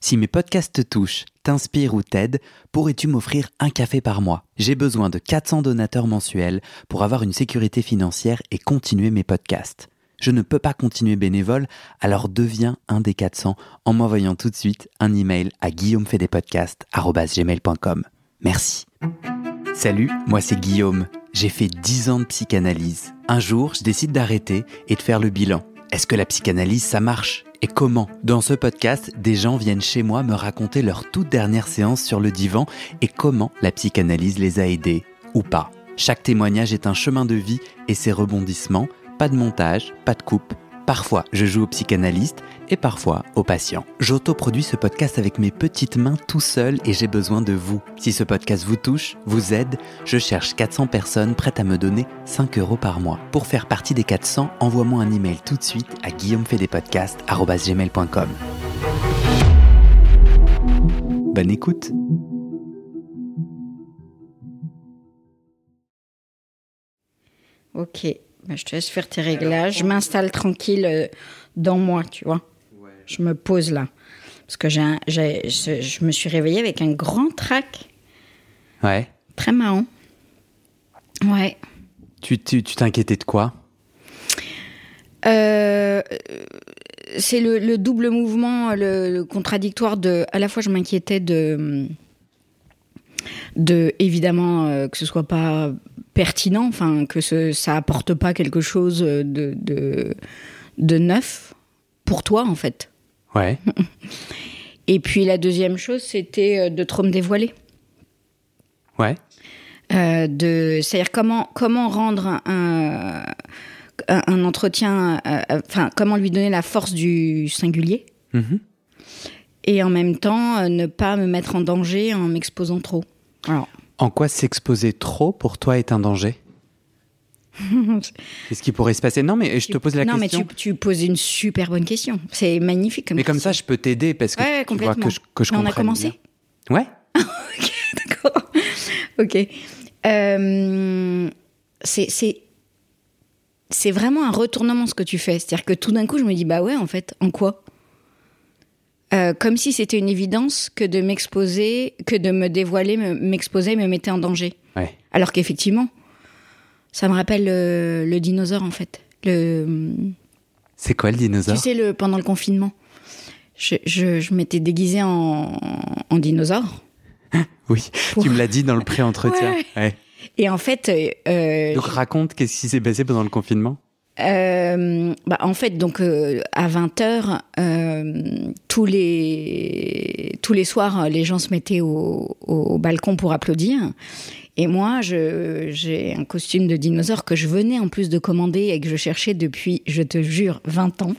Si mes podcasts te touchent, t'inspirent ou t'aident, pourrais-tu m'offrir un café par mois ? J'ai besoin de 400 donateurs mensuels pour avoir une sécurité financière et continuer mes podcasts. Je ne peux pas continuer bénévole, alors deviens un des 400 en m'envoyant tout de suite un email à guillaumefaitetpodcasts@gmail.com. Merci. Salut, moi c'est Guillaume. J'ai fait 10 ans de psychanalyse. Un jour, je décide d'arrêter et de faire le bilan. Est-ce que la psychanalyse, ça marche ? Et comment ? Dans ce podcast, des gens viennent chez moi me raconter leur toute dernière séance sur le divan et comment la psychanalyse les a aidés, ou pas. Chaque témoignage est un chemin de vie et ses rebondissements, pas de montage, pas de coupe. Parfois, je joue au psychanalyste et parfois au patient. J'autoproduis ce podcast avec mes petites mains tout seul et j'ai besoin de vous. Si ce podcast vous touche, vous aide, je cherche 400 personnes prêtes à me donner 5 € par mois. Pour faire partie des 400, envoie-moi un email tout de suite à guillaumefaitetpodcasts@gmail.com. Bonne écoute. Ok. Je te laisse faire tes réglages. Je m'installe tranquille dans moi, tu vois. Ouais. Je me pose là. Parce que je me suis réveillée avec un grand trac. Ouais. Très marrant. Ouais. Tu t'inquiétais de quoi ? C'est le double mouvement, le contradictoire de... À la fois, je m'inquiétais de évidemment, que ce soit pas pertinent, enfin que ça apporte pas quelque chose de neuf pour toi en fait. Ouais. Et puis la deuxième chose, c'était de trop me dévoiler. Ouais. C'est-à-dire comment rendre un entretien, comment lui donner la force du singulier. Mm-hmm. Et en même temps, ne pas me mettre en danger en m'exposant trop. Alors. En quoi s'exposer trop pour toi est un danger ? Qu'est-ce qui pourrait se passer ? Non, mais je te pose la question. Non, mais tu poses une super bonne question. C'est magnifique comme question. Mais comme ça, je peux t'aider parce que tu vois que je comprends. On a commencé ? Ouais. Ok, d'accord. Ok. C'est vraiment un retournement ce que tu fais. C'est-à-dire que tout d'un coup, je me dis, bah ouais, en fait, en quoi ? Comme si c'était une évidence que de m'exposer, que de me dévoiler, m'exposer, me mettait en danger. Ouais. Alors qu'effectivement, ça me rappelle le dinosaure, en fait. C'est quoi le dinosaure ? Tu sais, pendant le confinement, je m'étais déguisée en dinosaure. Oui, tu me l'as dit dans le pré-entretien. Ouais. Et en fait... donc raconte, qu'est-ce qui s'est passé pendant le confinement ? En fait, donc à 20h, tous les soirs, les gens se mettaient au balcon pour applaudir. Et moi, j'ai un costume de dinosaure que je venais en plus de commander et que je cherchais depuis, je te jure, 20 ans.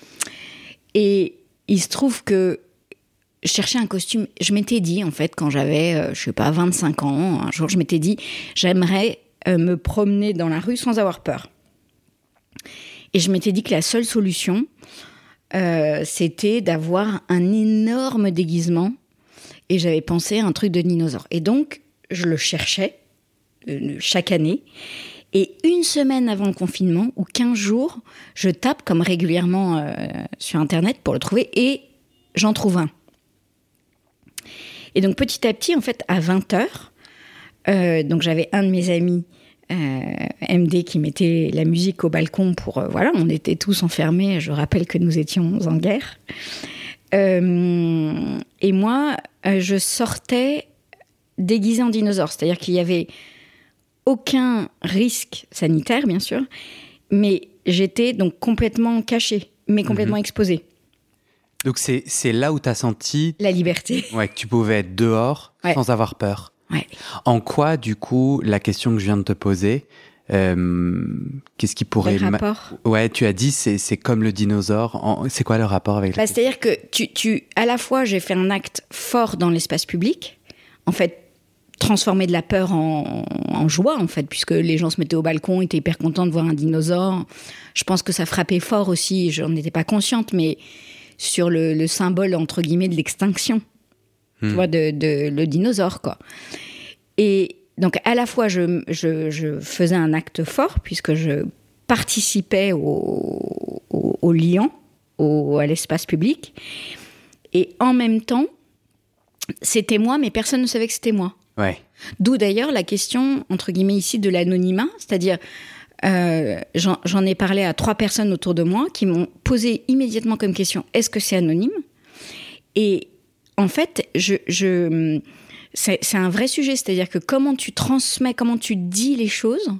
Et il se trouve que je cherchais un costume. Je m'étais dit, en fait, quand j'avais, 25 ans, un jour, je m'étais dit, j'aimerais me promener dans la rue sans avoir peur. Et je m'étais dit que la seule solution, c'était d'avoir un énorme déguisement. Et j'avais pensé à un truc de dinosaure. Et donc, je le cherchais chaque année. Et une semaine avant le confinement, ou 15 jours, je tape comme régulièrement sur Internet pour le trouver. Et j'en trouve un. Et donc, petit à petit, en fait, à 20h, donc j'avais un de mes amis, MD, qui mettait la musique au balcon pour... on était tous enfermés. Je rappelle que nous étions en guerre. Et moi, je sortais déguisée en dinosaure. C'est-à-dire qu'il n'y avait aucun risque sanitaire, bien sûr, mais j'étais donc complètement cachée, mais complètement exposée. Donc c'est là où tu as senti... La liberté. Ouais, que tu pouvais être dehors sans avoir peur. Ouais. En quoi, du coup, la question que je viens de te poser, qu'est-ce qui pourrait... Le rapport. Ouais, tu as dit, c'est comme le dinosaure. C'est quoi le rapport avec la question ? C'est-à-dire que à la fois, j'ai fait un acte fort dans l'espace public, en fait, transformer de la peur en joie, en fait, puisque les gens se mettaient au balcon, étaient hyper contents de voir un dinosaure. Je pense que ça frappait fort aussi, je n'en étais pas consciente, mais sur le symbole, entre guillemets, de l'extinction. Tu vois, le dinosaure, quoi. Et donc, à la fois, je faisais un acte fort, puisque je participais au liant, à l'espace public. Et en même temps, c'était moi, mais personne ne savait que c'était moi. Ouais. D'où d'ailleurs la question, entre guillemets ici, de l'anonymat, c'est-à-dire j'en ai parlé à 3 personnes autour de moi qui m'ont posé immédiatement comme question, est-ce que c'est anonyme ? Et en fait, c'est un vrai sujet, c'est-à-dire que comment tu transmets, comment tu dis les choses...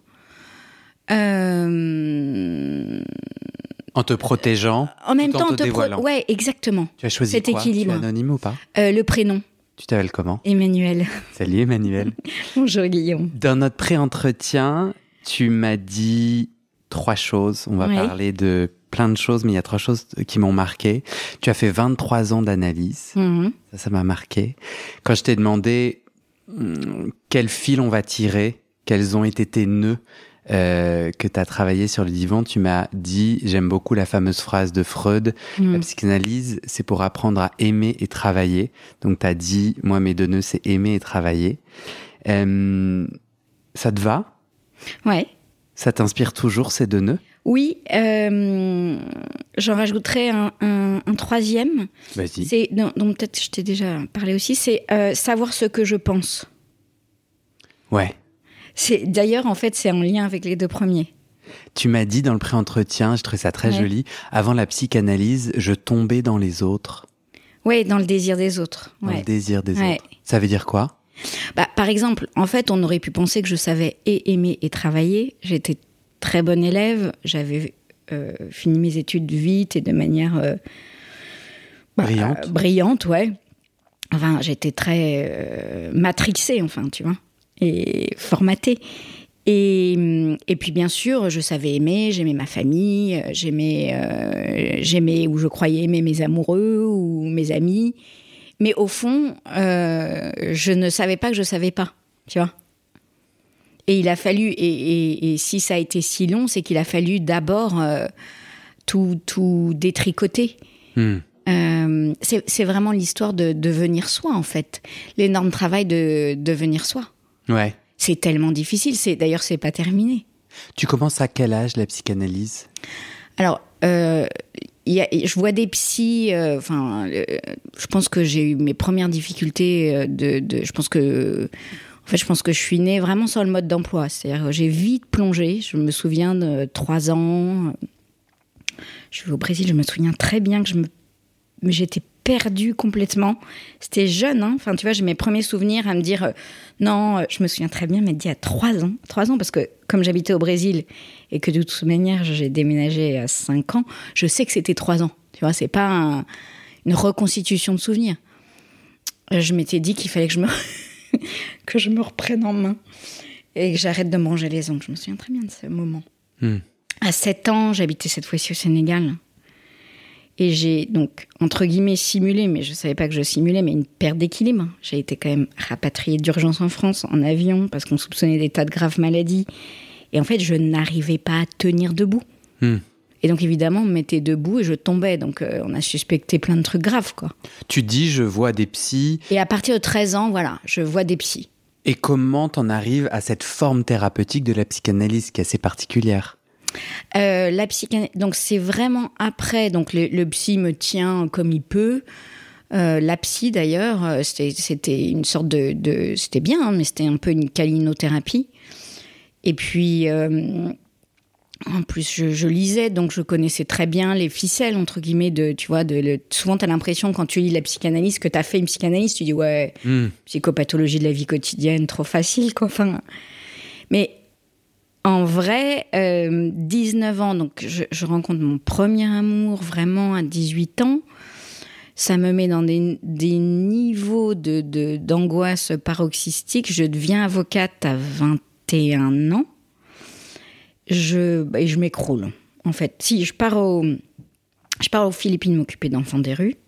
En te protégeant, en même temps, en te dévoilant. Ouais, exactement. Tu as choisi cet quoi ? équilibre. Tu es anonyme ou pas ? Le prénom. Tu t'appelles comment ? Emmanuel. Salut Emmanuel. Bonjour Guillaume. Dans notre pré-entretien, tu m'as dit 3 choses. On va parler de plein de choses, mais il y a 3 choses qui m'ont marqué. Tu as fait 23 ans d'analyse. Ça m'a marqué. Quand je t'ai demandé quel fil on va tirer, quels ont été tes nœuds que tu as travaillé sur le divan, tu m'as dit, j'aime beaucoup la fameuse phrase de Freud, la psychanalyse, c'est pour apprendre à aimer et travailler. Donc tu as dit, moi mes 2 nœuds, c'est aimer et travailler. Ça te va ? Ouais. Ça t'inspire toujours, ces 2 nœuds ? Oui, j'en rajouterai un 3e. Vas-y. Donc peut-être je t'ai déjà parlé aussi, c'est savoir ce que je pense. Ouais. D'ailleurs, en fait, c'est en lien avec les 2 premiers. Tu m'as dit dans le pré-entretien, je trouvais ça très joli, avant la psychanalyse, je tombais dans les autres. Oui, dans le désir des autres. Dans le désir des autres. Ça veut dire quoi ? Par exemple, en fait, on aurait pu penser que je savais et aimer et travailler. J'étais très bonne élève, j'avais fini mes études vite et de manière brillante, ouais. Enfin, j'étais très matrixée, enfin, tu vois, et formatée. Et puis, bien sûr, je savais aimer, j'aimais ma famille, j'aimais ou je croyais aimer mes amoureux ou mes amis. Mais au fond, je ne savais pas que je savais pas, tu vois. Et il a fallu, et si ça a été si long, c'est qu'il a fallu d'abord tout détricoter. C'est vraiment l'histoire de devenir soi, en fait. L'énorme travail de devenir soi. Ouais. C'est tellement difficile. D'ailleurs, c'est pas terminé. Tu commences à quel âge la psychanalyse ? Alors, je vois des psys. Je pense que j'ai eu mes premières difficultés. Je pense que je suis née vraiment sur le mode d'emploi. C'est-à-dire, j'ai vite plongé. Je me souviens de 3 ans. Je vais au Brésil. Je me souviens très bien que j'étais perdue complètement. C'était jeune, hein. Enfin, tu vois, j'ai mes premiers souvenirs à me dire non, je me souviens très bien m'être dit à 3 ans. 3 ans, parce que comme j'habitais au Brésil et que de toute manière, j'ai déménagé à 5 ans, je sais que c'était 3 ans. Tu vois, c'est pas une reconstitution de souvenirs. Je m'étais dit qu'il fallait que que je me reprenne en main et que j'arrête de me ranger les ongles. Je me souviens très bien de ce moment. À 7 ans, j'habitais cette fois-ci au Sénégal. Et j'ai donc, entre guillemets, simulé, mais je ne savais pas que je simulais, mais une perte d'équilibre. J'ai été quand même rapatriée d'urgence en France, en avion, parce qu'on soupçonnait des tas de graves maladies. Et en fait, je n'arrivais pas à tenir debout. Et donc, évidemment, on me mettait debout et je tombais. Donc, on a suspecté plein de trucs graves, quoi. Tu dis, je vois des psys. Et à partir de 13 ans, voilà, je vois des psys. Et comment t'en arrives à cette forme thérapeutique de la psychanalyse qui est assez particulière ? La psychanalyse, donc c'est vraiment après. Donc le psy me tient comme il peut. La psy d'ailleurs, c'était une sorte de c'était bien, hein, mais c'était un peu une calinothérapie. Et puis en plus je lisais, donc je connaissais très bien les ficelles entre guillemets souvent t'as l'impression quand tu lis la psychanalyse que t'as fait une psychanalyse, tu dis ouais, psychopathologie de la vie quotidienne, trop facile quoi. Enfin, mais en vrai, 19 ans, donc je rencontre mon premier amour vraiment à 18 ans. Ça me met dans des niveaux d'angoisse paroxystique. Je deviens avocate à 21 ans. Et je m'écroule, en fait. Si, je pars aux Philippines m'occuper d'enfants des rues.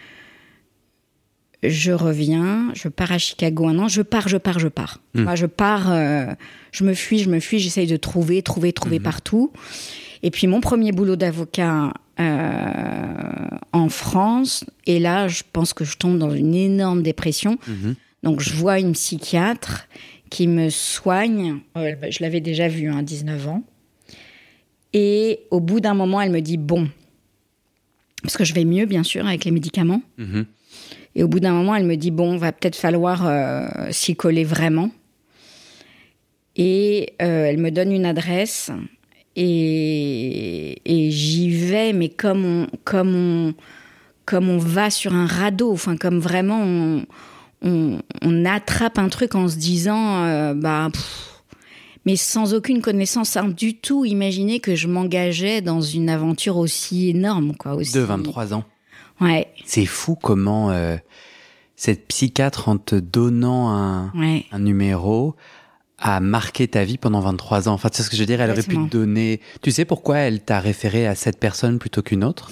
Je reviens, je pars à Chicago 1 an, je pars. Moi, je pars, je me fuis, j'essaye de trouver partout. Et puis, mon premier boulot d'avocat en France, et là, je pense que je tombe dans une énorme dépression. Donc, je vois une psychiatre qui me soigne. Je l'avais déjà vue à 19 ans. Et au bout d'un moment, elle me dit « Bon, parce que je vais mieux, bien sûr, avec les médicaments. Et au bout d'un moment, elle me dit, bon, va peut-être falloir s'y coller vraiment. Et elle me donne une adresse et j'y vais, mais comme on va sur un radeau, enfin, comme vraiment on attrape un truc en se disant, mais sans aucune connaissance, sans du tout imaginer que je m'engageais dans une aventure aussi énorme, quoi. Aussi... De 23 ans. Ouais. C'est fou comment cette psychiatre, en te donnant un numéro, a marqué ta vie pendant 23 ans. Enfin, tu sais ce que je veux dire? Elle aurait pu te donner... Tu sais pourquoi elle t'a référé à cette personne plutôt qu'une autre?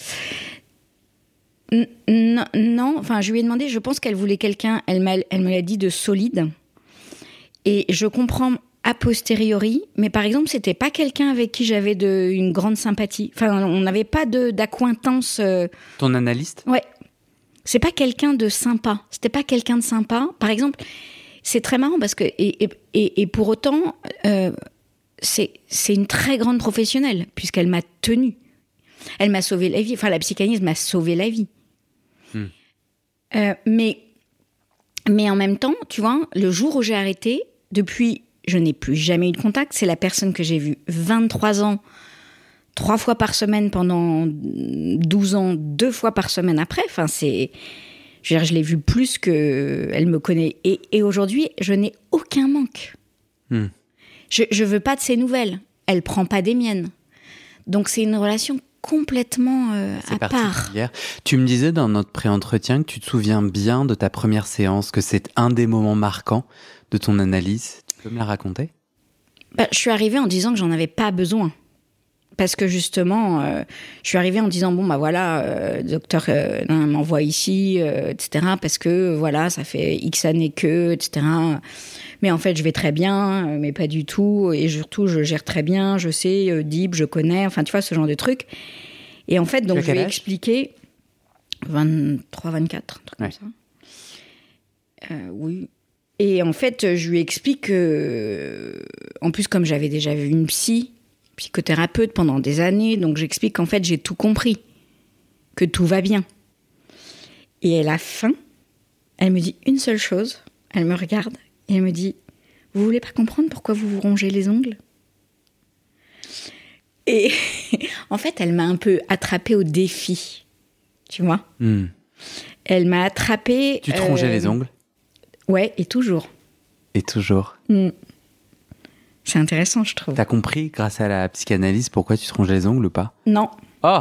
Non, enfin, je lui ai demandé, je pense qu'elle voulait quelqu'un, elle me l'a dit, de solide. Et je comprends a posteriori, mais par exemple, c'était pas quelqu'un avec qui j'avais une grande sympathie. Enfin, on n'avait pas d'acquaintance... Ton analyste? Ouais. C'est pas quelqu'un de sympa. C'était pas quelqu'un de sympa. Par exemple... C'est très marrant parce que et pour autant c'est une très grande professionnelle puisqu'elle m'a tenue. Elle m'a sauvé la vie. Enfin, la psychanalyse m'a sauvé la vie. Mais en même temps, tu vois, le jour où j'ai arrêté, depuis, je n'ai plus jamais eu de contact. C'est la personne que j'ai vue 23 ans, 3 fois par semaine pendant 12 ans, 2 fois par semaine après. Enfin, c'est... Je veux dire, je l'ai vue plus qu'elle me connaît. Et aujourd'hui, je n'ai aucun manque. Je veux pas de ses nouvelles. Elle prend pas des miennes. Donc, c'est une relation complètement à part. Tu me disais dans notre pré-entretien que tu te souviens bien de ta première séance, que c'est un des moments marquants de ton analyse. Tu peux me la raconter? Je suis arrivée en disant que j'en avais pas besoin. Parce que justement, je suis arrivée en disant, bon, le docteur m'envoie ici, etc. Parce que, voilà, ça fait X années que, etc. Mais en fait, je vais très bien, mais pas du tout. Et surtout, je gère très bien, je sais, DIP, je connais, enfin, tu vois, ce genre de trucs. Et en fait, donc, je lui ai expliqué 23, 24, un truc comme ça. Oui. Et en fait, je lui explique que, en plus, comme j'avais déjà vu une psychothérapeute pendant des années, donc j'explique qu'en fait j'ai tout compris, que tout va bien. Et à la fin, elle me dit une seule chose, elle me regarde et elle me dit, vous voulez pas comprendre pourquoi vous vous rongez les ongles? Et en fait, elle m'a un peu attrapée au défi, tu vois. Elle m'a attrapée... Tu te rongeais les ongles? Ouais, et toujours. Et toujours. C'est intéressant, je trouve. T'as compris, grâce à la psychanalyse, pourquoi tu te rongeais les ongles ou pas? Non. Oh!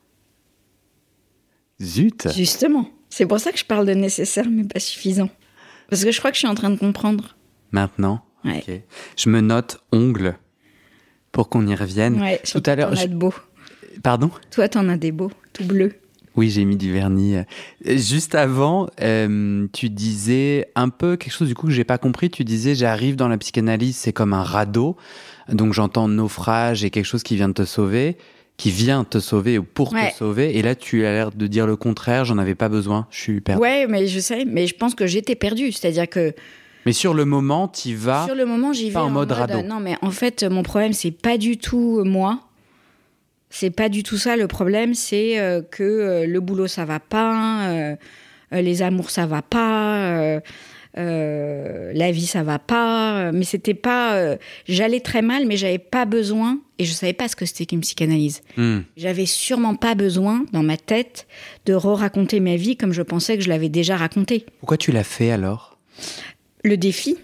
Zut! Justement. C'est pour ça que je parle de nécessaire, mais pas suffisant. Parce que je crois que je suis en train de comprendre. Maintenant? Ouais. Ok. Je me note ongles pour qu'on y revienne. Ouais, tout à l'heure. T'en as de beaux. Pardon? Toi, t'en as des beaux, tout bleus. Oui, j'ai mis du vernis. Juste avant, tu disais un peu quelque chose du coup que j'ai pas compris. Tu disais, j'arrive dans la psychanalyse, c'est comme un radeau. Donc j'entends naufrage et quelque chose qui vient de te sauver, ou pour te sauver. Et là, tu as l'air de dire le contraire. J'en avais pas besoin. Je suis perdu. Ouais, mais je sais. Mais je pense que j'étais perdue. C'est-à-dire que. Mais sur le moment, t'y vas. Sur le moment, j'y vais en mode radeau. Non, mais en fait, mon problème, c'est pas du tout moi. C'est pas du tout ça. Le problème, c'est que le boulot, ça va pas, les amours, ça va pas, la vie, ça va pas. Mais c'était pas... j'allais très mal, mais j'avais pas besoin, et je savais pas ce que c'était qu'une psychanalyse. J'avais sûrement pas besoin, dans ma tête, de re-raconter ma vie comme je pensais que je l'avais déjà racontée. Pourquoi tu l'as fait, alors? Le défi.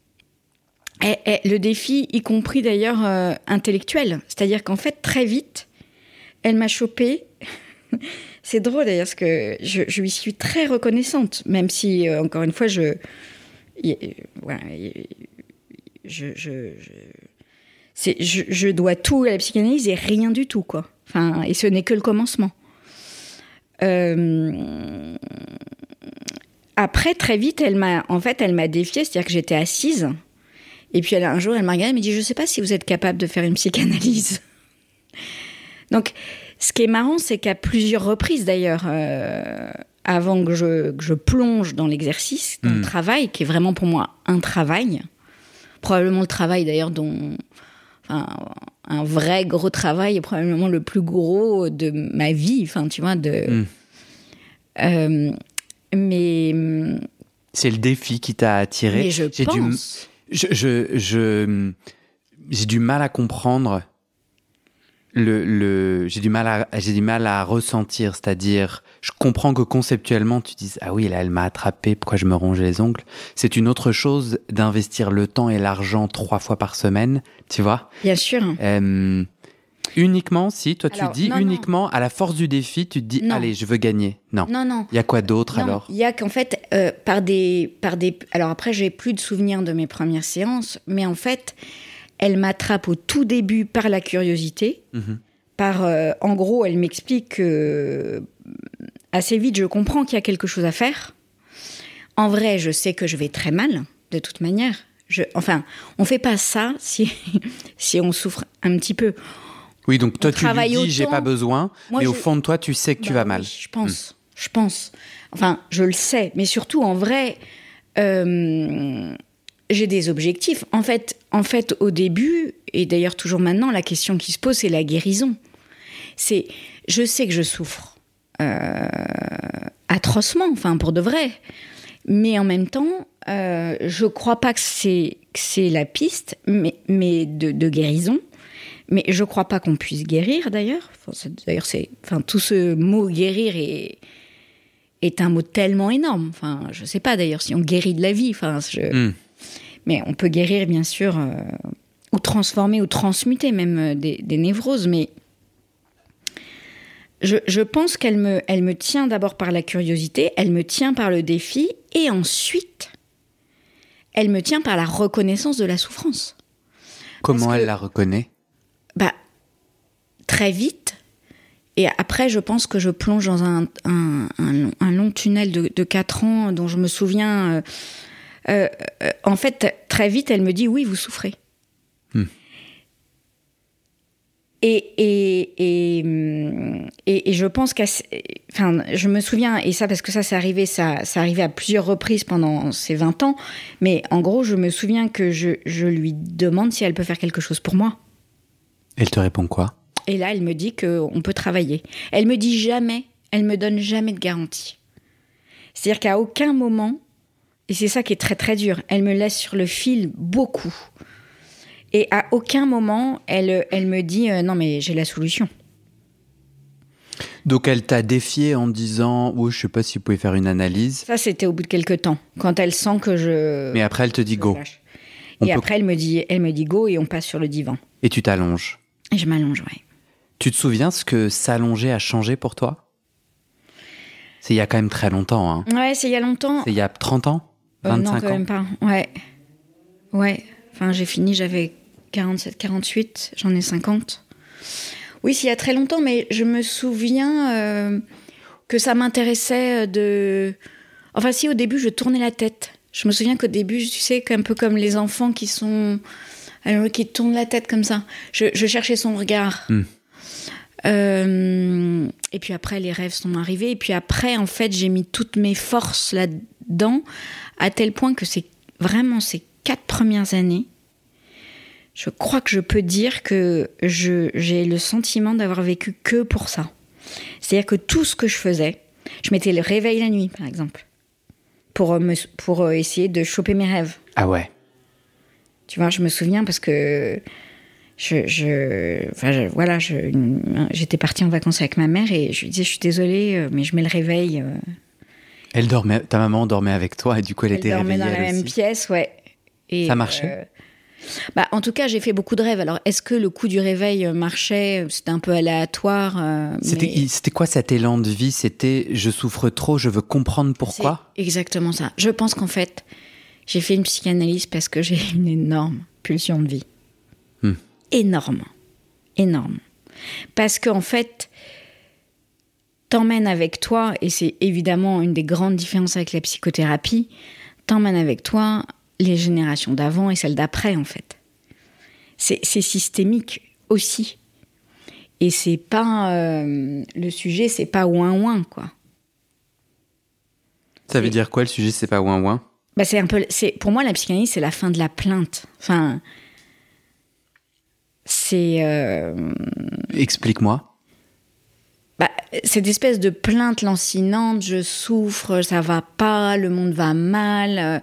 Le défi, y compris d'ailleurs intellectuel. C'est-à-dire qu'en fait, très vite... Elle m'a chopée. C'est drôle d'ailleurs, parce que je lui suis très reconnaissante, même si, encore une fois, je dois tout à la psychanalyse et rien du tout, quoi. Enfin, et ce n'est que le commencement. Après, très vite, elle m'a défiée, c'est-à-dire que j'étais assise, et puis un jour, elle m'a regardée et m'a dit « Je ne sais pas si vous êtes capable de faire une psychanalyse ». Donc, ce qui est marrant, c'est qu'à plusieurs reprises, d'ailleurs, avant que je plonge dans l'exercice, dans le travail, qui est vraiment pour moi un travail, probablement le travail, d'ailleurs, dont enfin, un vrai gros travail, et probablement le plus gros de ma vie. Enfin, tu vois, mais c'est le défi qui t'a attiré. Mais je pense. J'ai du mal à comprendre j'ai du mal à ressentir, c'est-à-dire je comprends que conceptuellement tu dises ah oui là elle m'a attrapé, pourquoi je me ronge les ongles. C'est une autre chose d'investir le temps et l'argent 3 fois par semaine, tu vois. Bien sûr. Uniquement si toi Alors, tu dis uniquement à la force du défi tu te dis allez je veux gagner. Non. Il y a quoi d'autre alors? Il y a qu'en fait par des alors après j'ai plus de souvenirs de mes premières séances, mais en fait elle m'attrape au tout début par la curiosité. En gros, elle m'explique que assez vite, je comprends qu'il y a quelque chose à faire. En vrai, je sais que je vais très mal, de toute manière. Enfin, on fait pas ça si on souffre un petit peu. Oui, donc toi, tu lui dis, autant. j'ai pas besoin, mais au fond de toi, tu sais que tu vas mal. Oui, je pense. Enfin, je le sais, mais surtout, en vrai... j'ai des objectifs. En fait, au début, et d'ailleurs toujours maintenant, la question qui se pose, c'est la guérison. Je sais que je souffre atrocement, enfin pour de vrai, mais en même temps, je crois pas que c'est la piste, mais de guérison. Mais je crois pas qu'on puisse guérir d'ailleurs. Tout ce mot guérir est un mot tellement énorme. Enfin, je sais pas d'ailleurs si on guérit de la vie. Mais on peut guérir, bien sûr, ou transformer, ou transmuter même des névroses. Mais je pense qu'elle me tient d'abord par la curiosité, elle me tient par le défi, et ensuite, elle me tient par la reconnaissance de la souffrance. Comment elle la reconnaît ? Très vite. Et après, je pense que je plonge dans un long tunnel de 4 ans dont je me souviens... en fait, très vite, elle me dit « Oui, vous souffrez ». Et je pense je me souviens, et ça, parce que ça arrivé à plusieurs reprises pendant ces 20 ans, mais en gros, je me souviens que je lui demande si elle peut faire quelque chose pour moi. Elle te répond quoi ? Et là, elle me dit qu'on peut travailler. Elle me dit jamais, elle me donne jamais de garantie. C'est-à-dire qu'à aucun moment, et c'est ça qui est très très dur, elle me laisse sur le fil beaucoup. Et à aucun moment, elle me dit non mais j'ai la solution. Donc elle t'a défié en disant je sais pas si vous pouvez faire une analyse. Ça c'était au bout de quelques temps, quand elle sent que je... Mais après elle te dit go. Après elle me dit go et on passe sur le divan. Et tu t'allonges. Et je m'allonge, ouais. Tu te souviens ce que s'allonger a changé pour toi ? C'est il y a quand même très longtemps. Hein. Ouais, c'est il y a longtemps. C'est il y a 30 ans ? 25 non, quand ans. même pas. Ouais. Enfin, j'ai fini, j'avais 47, 48, j'en ai 50. Oui, c'est il y a très longtemps, mais je me souviens que ça m'intéressait de... Enfin, si, au début, je tournais la tête. Je me souviens qu'au début, tu sais, un peu comme les enfants qui tournent la tête comme ça. Je cherchais son regard. Et puis après, les rêves sont arrivés. Et puis après, en fait, j'ai mis toutes mes forces là-dedans, à tel point que c'est vraiment ces 4 premières années, je crois que je peux dire que j'ai le sentiment d'avoir vécu que pour ça. C'est-à-dire que tout ce que je faisais, je mettais le réveil la nuit, par exemple, pour essayer de choper mes rêves. Ah ouais. Tu vois, je me souviens parce que j'étais partie en vacances avec ma mère et je lui disais, je suis désolée, mais je mets le réveil. Elle dormait, ta maman dormait avec toi et du coup elle était réveillée. Elle dormait dans la même pièce, ouais. Et, ça marchait en tout cas, j'ai fait beaucoup de rêves. Alors, est-ce que le coup du réveil marchait ? C'était un peu aléatoire. C'était quoi cet élan de vie ? C'était je souffre trop, je veux comprendre pourquoi ? C'est exactement ça. Je pense qu'en fait, j'ai fait une psychanalyse parce que j'ai une énorme pulsion de vie. Énorme. Parce qu'en fait, t'emmènes avec toi, et c'est évidemment une des grandes différences avec la psychothérapie, t'emmènes avec toi les générations d'avant et celles d'après, en fait. C'est systémique aussi. Et c'est pas... le sujet, c'est pas ouin-ouin, quoi. Ça veut dire quoi, le sujet, c'est pas ouin-ouin ? Pour moi, la psychanalyse, c'est la fin de la plainte. Enfin... Explique-moi. Cette espèce de plainte lancinante, je souffre, ça va pas, le monde va mal,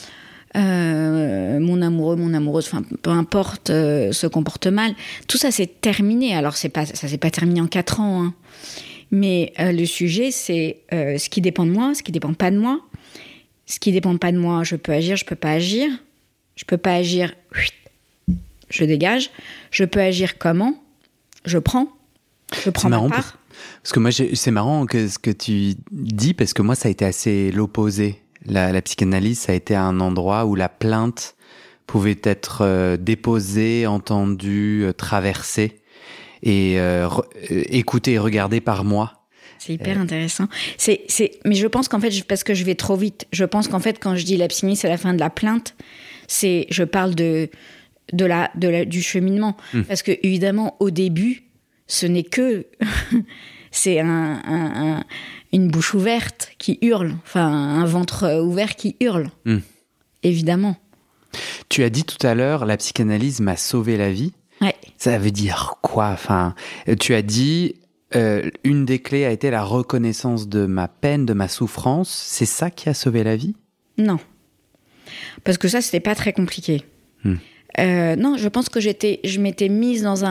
mon amoureux, mon amoureuse, enfin peu importe, se comporte mal. Tout ça c'est terminé. Alors ça s'est pas terminé en 4 ans, hein. Mais le sujet c'est ce qui dépend de moi, ce qui dépend pas de moi. Ce qui dépend pas de moi, je peux agir, je peux pas agir. Je peux pas agir, je dégage. Je peux agir comment ? Je prends ma part. Parce que moi, c'est marrant ce que tu dis, parce que moi, ça a été assez l'opposé. La psychanalyse, ça a été un endroit où la plainte pouvait être déposée, entendue, traversée, et écoutée et regardée par moi. C'est hyper intéressant. Mais je pense qu'en fait, parce que je vais trop vite, je pense qu'en fait, quand je dis la psychanalyse, c'est la fin de la plainte, je parle du cheminement. Parce que, évidemment, au début, ce n'est que... c'est une bouche ouverte qui hurle, enfin, un ventre ouvert qui hurle, évidemment. Tu as dit tout à l'heure, la psychanalyse m'a sauvé la vie. Ouais. Ça veut dire quoi ? Enfin, tu as dit... une des clés a été la reconnaissance de ma peine, de ma souffrance. C'est ça qui a sauvé la vie ? Non. Parce que ça, c'était pas très compliqué. Non, je pense que je m'étais mise dans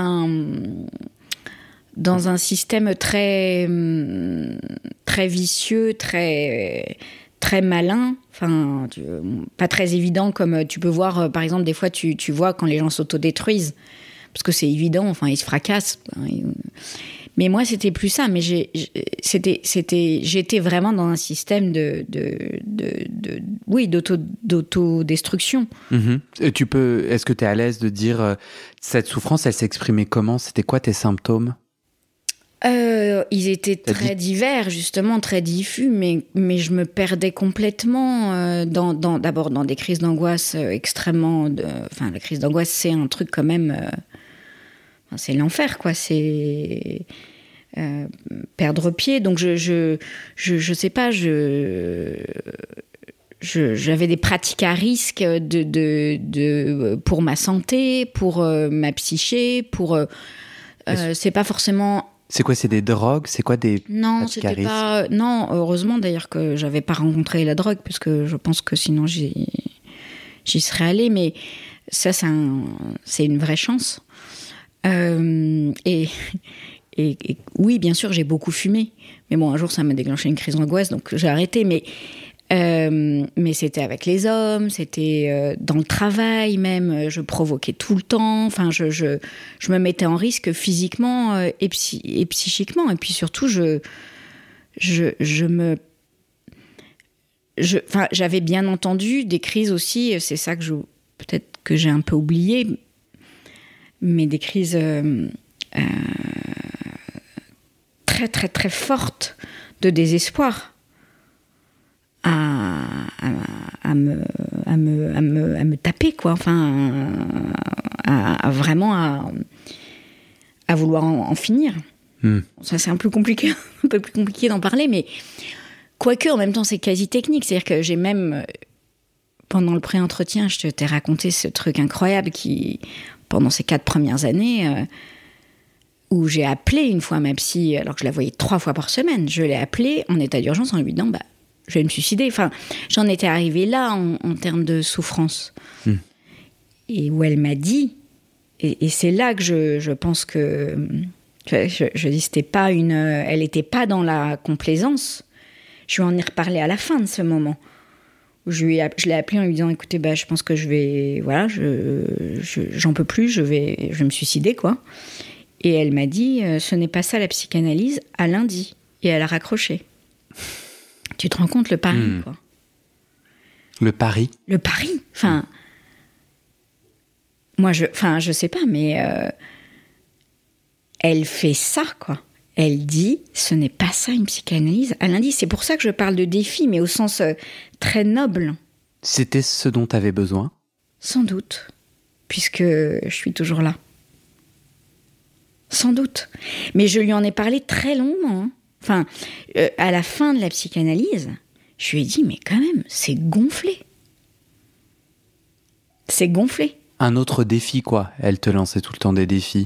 un système très vicieux, très, très malin. Enfin, pas très évident, comme tu peux voir, par exemple, des fois, tu vois quand les gens s'autodétruisent. Parce que c'est évident, enfin, ils se fracassent. Mais moi, c'était plus ça. Mais j'étais vraiment dans un système d'autodestruction. Est-ce que tu es à l'aise de dire cette souffrance, elle s'exprimait comment ? C'était quoi tes symptômes ? Ils étaient très divers, justement, très diffus, mais je me perdais complètement d'abord dans des crises d'angoisse extrêmement... Enfin, la crise d'angoisse, c'est un truc quand même... c'est l'enfer, quoi. C'est perdre pied. Donc je sais pas. J'avais des pratiques à risque pour ma santé, pour ma psyché, pour. C'est pas forcément. C'est quoi ? C'est des drogues ? C'est quoi des pratiques à risque ? Pas. Non, heureusement d'ailleurs que j'avais pas rencontré la drogue, parce que je pense que sinon j'y serais allée. Mais ça, c'est une vraie chance. Et oui, bien sûr, j'ai beaucoup fumé. Mais bon, un jour, ça m'a déclenché une crise d'angoisse, donc j'ai arrêté. Mais c'était avec les hommes, c'était dans le travail même. Je provoquais tout le temps. Enfin, je me mettais en risque physiquement et psychiquement. Et puis surtout, j'avais bien entendu des crises aussi. C'est ça que peut-être que j'ai un peu oublié. Mais des crises très, très, très fortes de désespoir à me taper, quoi. Enfin, vraiment à vouloir en finir. Ça, c'est un peu plus compliqué d'en parler, mais quoique, en même temps, c'est quasi technique. C'est-à-dire que j'ai même... Pendant le pré-entretien, je t'ai raconté ce truc incroyable pendant ces 4 premières années, où j'ai appelé une fois ma psy, alors que je la voyais 3 fois par semaine. Je l'ai appelée en état d'urgence en lui disant je vais me suicider. Enfin, j'en étais arrivée là en termes de souffrance. Et où elle m'a dit, et c'est là que je pense que je dis c'était pas elle n'était pas dans la complaisance. Je lui en ai reparlé à la fin de ce moment. Je l'ai appelée en lui disant écoutez, je pense que je vais, voilà, j'en peux plus, je vais me suicider, quoi. Et elle m'a dit ce n'est pas ça la psychanalyse, à lundi. Et elle a raccroché. Tu te rends compte, le pari, quoi. Le pari. Enfin, moi, je sais pas, mais elle fait ça, quoi. Elle dit, ce n'est pas ça une psychanalyse. À lundi, c'est pour ça que je parle de défi, mais au sens très noble. C'était ce dont tu avais besoin ? Sans doute, puisque je suis toujours là. Sans doute. Mais je lui en ai parlé très longuement. Enfin, à la fin de la psychanalyse, je lui ai dit, mais quand même, c'est gonflé. C'est gonflé. Un autre défi, quoi. Elle te lançait tout le temps des défis.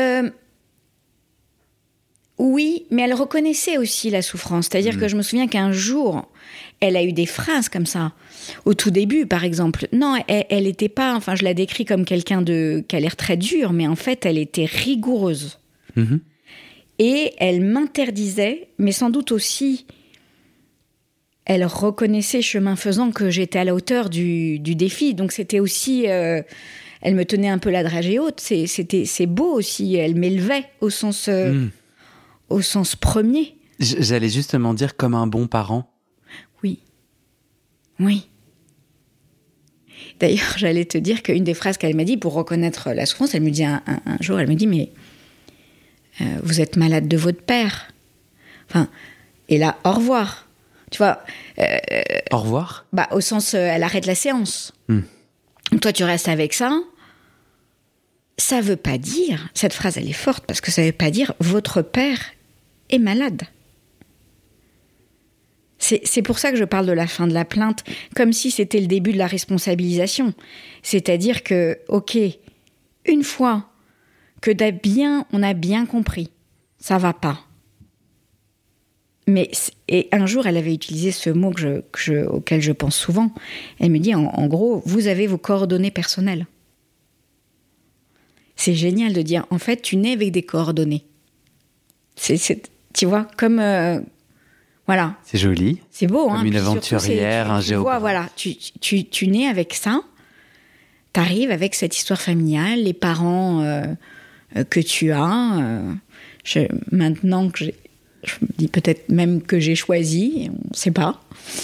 Oui, mais elle reconnaissait aussi la souffrance. C'est-à-dire que je me souviens qu'un jour, elle a eu des phrases comme ça. Au tout début, par exemple. Non, elle n'était pas... Enfin, je la décris comme quelqu'un qui a l'air très dur, mais en fait, elle était rigoureuse. Mm-hmm. Et elle m'interdisait, mais sans doute aussi... Elle reconnaissait, chemin faisant, que j'étais à la hauteur du défi. Donc, c'était aussi... elle me tenait un peu la dragée haute. C'est beau aussi. Elle m'élevait au sens premier. J'allais justement dire comme un bon parent. Oui. Oui. D'ailleurs, j'allais te dire qu'une des phrases qu'elle m'a dit pour reconnaître la souffrance, elle me dit un jour, elle me dit, mais vous êtes malade de votre père. Enfin, et là, au revoir. Tu vois. Au revoir. Bah, au sens, elle arrête la séance. Toi, tu restes avec ça. Ça veut pas dire, cette phrase, elle est forte, parce que ça veut pas dire votre père est malade. C'est pour ça que je parle de la fin de la plainte, comme si c'était le début de la responsabilisation. C'est-à-dire que, ok, une fois que on a bien compris, ça va pas. Et un jour, elle avait utilisé ce mot auquel je pense souvent. Elle me dit, en gros, vous avez vos coordonnées personnelles. C'est génial de dire, en fait, tu nais avec des coordonnées. Tu vois, comme... voilà. C'est joli. C'est beau, comme hein. Une aventurière, un géographe. Voilà, tu nais avec ça. T'arrives avec cette histoire familiale, les parents que tu as. Maintenant que je me dis peut-être même que j'ai choisi, on ne sait pas.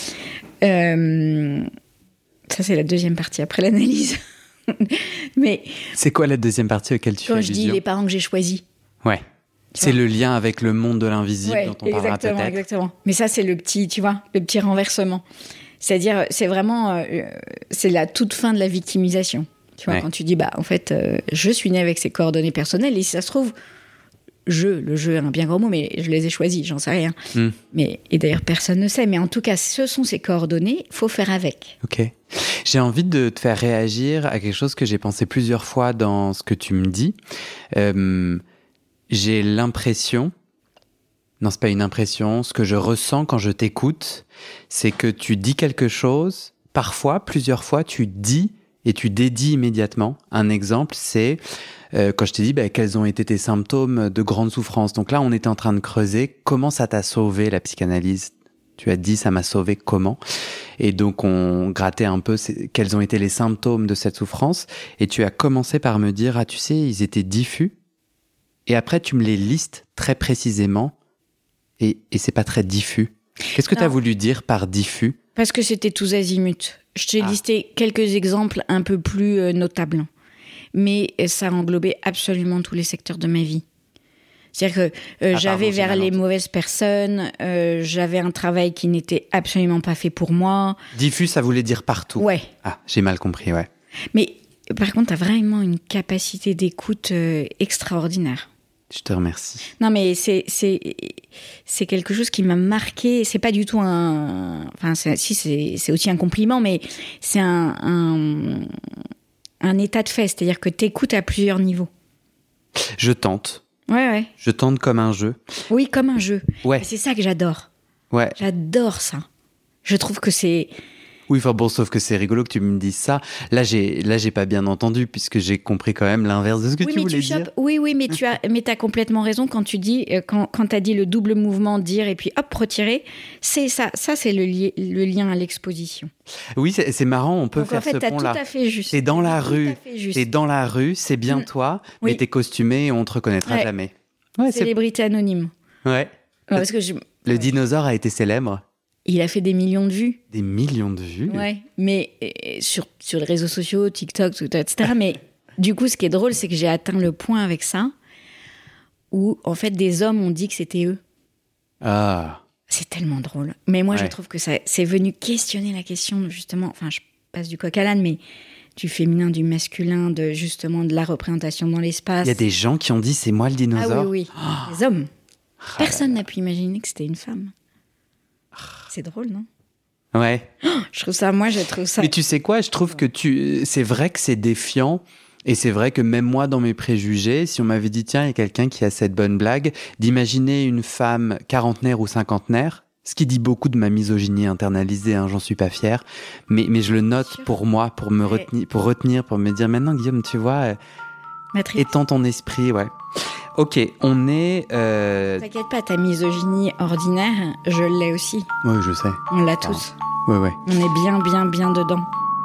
Ça, c'est la deuxième partie, après l'analyse. Mais c'est quoi la deuxième partie auquel tu fais allusion ? Quand je dis les parents que j'ai choisis. Ouais. C'est le lien avec le monde de l'invisible dont on parlera peut-être. Exactement. Mais ça, c'est le petit renversement. C'est-à-dire, c'est vraiment... c'est la toute fin de la victimisation. Tu vois, quand tu dis, en fait, je suis née avec ces coordonnées personnelles, et si ça se trouve, le jeu est un bien grand mot, mais je les ai choisis, j'en sais rien. Et d'ailleurs, personne ne sait. Mais en tout cas, ce sont ces coordonnées, il faut faire avec. Ok. J'ai envie de te faire réagir à quelque chose que j'ai pensé plusieurs fois dans ce que tu me dis. J'ai l'impression, non, c'est pas une impression, ce que je ressens quand je t'écoute, c'est que tu dis quelque chose, parfois, plusieurs fois, tu dis et tu dédies immédiatement. Un exemple, c'est quand je t'ai dit quels ont été tes symptômes de grande souffrance. Donc là, on était en train de creuser comment ça t'a sauvé, la psychanalyse. Tu as dit, ça m'a sauvé comment ? Et donc, on grattait un peu quels ont été les symptômes de cette souffrance. Et tu as commencé par me dire, tu sais, ils étaient diffus. Et après, tu me les listes très précisément. Et c'est pas très diffus. Qu'est-ce que tu as voulu dire par diffus ? Parce que c'était tous azimuts. Je t'ai listé quelques exemples un peu plus notables. Mais ça englobait absolument tous les secteurs de ma vie. C'est-à-dire que j'avais vers les mauvaises personnes, j'avais un travail qui n'était absolument pas fait pour moi. Diffus, ça voulait dire partout. Ouais. Ah, j'ai mal compris, ouais. Mais par contre, t'as vraiment une capacité d'écoute extraordinaire. Je te remercie. Non, mais c'est quelque chose qui m'a marqué. C'est pas du tout un... Enfin, c'est aussi un compliment, mais c'est un état de fait. C'est-à-dire que t'écoutes à plusieurs niveaux. Je tente. Ouais. Je tente comme un jeu. Oui, comme un jeu. Ouais. Et c'est ça que j'adore. Ouais. J'adore ça. Je trouve que c'est... Oui, enfin bon, sauf que c'est rigolo que tu me dises ça. Là, j'ai pas bien entendu, puisque j'ai compris quand même l'inverse de ce que tu voulais dire. Oui, mais t'as complètement raison quand tu dis, quand t'as dit le double mouvement, dire et puis hop, retirer. C'est ça c'est le lien à l'exposition. Oui, c'est marrant, on peut donc, faire en fait, ce pont-là. T'as tout à fait juste. T'es dans la rue, c'est bien toi, mais t'es costumé et on te reconnaîtra jamais. Ouais, célébrité anonyme. Ouais. Parce que le dinosaure a été célèbre. Il a fait des millions de vues. Des millions de vues. Ouais, mais sur les réseaux sociaux, TikTok, etc. Mais du coup, ce qui est drôle, c'est que j'ai atteint le point avec ça où, en fait, des hommes ont dit que c'était eux. Ah. C'est tellement drôle. Mais moi, je trouve que c'est venu questionner la question, justement, enfin, je passe du coq à l'âne, mais du féminin, du masculin, justement, de la représentation dans l'espace. Il y a des gens qui ont dit, c'est moi le dinosaure. Ah oui. Oh. Les hommes. Personne n'a pu imaginer que c'était une femme. C'est drôle, non ? Ouais. Je trouve ça... Mais tu sais quoi, je trouve que c'est vrai que c'est défiant. Et c'est vrai que même moi, dans mes préjugés, si on m'avait dit, tiens, il y a quelqu'un qui a cette bonne blague, d'imaginer une femme quarantenaire ou cinquantenaire, ce qui dit beaucoup de ma misogynie internalisée, hein, j'en suis pas fier, mais je le note pour moi, pour me retenir, pour me dire, maintenant, Guillaume, tu vois, étends ton esprit, ouais. Ok, on est... T'inquiète pas, ta misogynie ordinaire, je l'ai aussi. Oui, je sais. On l'a tous. Ouais. On est bien, bien, bien dedans.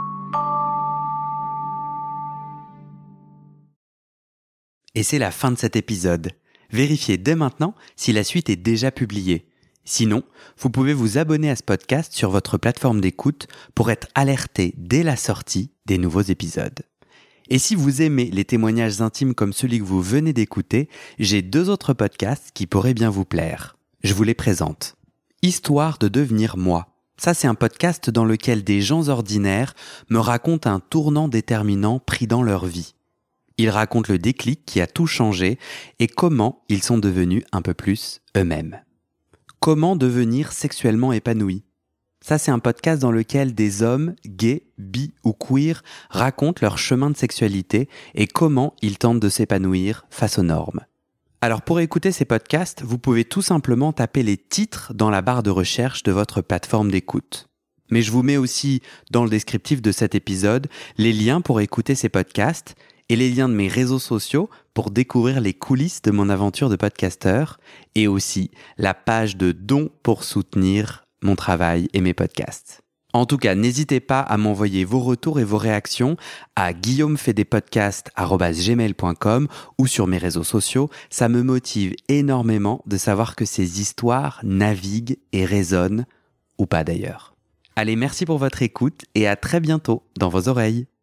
Et c'est la fin de cet épisode. Vérifiez dès maintenant si la suite est déjà publiée. Sinon, vous pouvez vous abonner à ce podcast sur votre plateforme d'écoute pour être alerté dès la sortie des nouveaux épisodes. Et si vous aimez les témoignages intimes comme celui que vous venez d'écouter, j'ai 2 autres podcasts qui pourraient bien vous plaire. Je vous les présente. Histoire de devenir moi. Ça, c'est un podcast dans lequel des gens ordinaires me racontent un tournant déterminant pris dans leur vie. Ils racontent le déclic qui a tout changé et comment ils sont devenus un peu plus eux-mêmes. Comment devenir sexuellement épanoui ? Ça, c'est un podcast dans lequel des hommes, gays, bi ou queer, racontent leur chemin de sexualité et comment ils tentent de s'épanouir face aux normes. Alors pour écouter ces podcasts, vous pouvez tout simplement taper les titres dans la barre de recherche de votre plateforme d'écoute. Mais je vous mets aussi dans le descriptif de cet épisode les liens pour écouter ces podcasts et les liens de mes réseaux sociaux pour découvrir les coulisses de mon aventure de podcasteur et aussi la page de dons pour soutenir mon travail et mes podcasts. En tout cas, n'hésitez pas à m'envoyer vos retours et vos réactions à guillaumefaidespodcasts@gmail.com ou sur mes réseaux sociaux. Ça me motive énormément de savoir que ces histoires naviguent et résonnent, ou pas d'ailleurs. Allez, merci pour votre écoute et à très bientôt dans vos oreilles.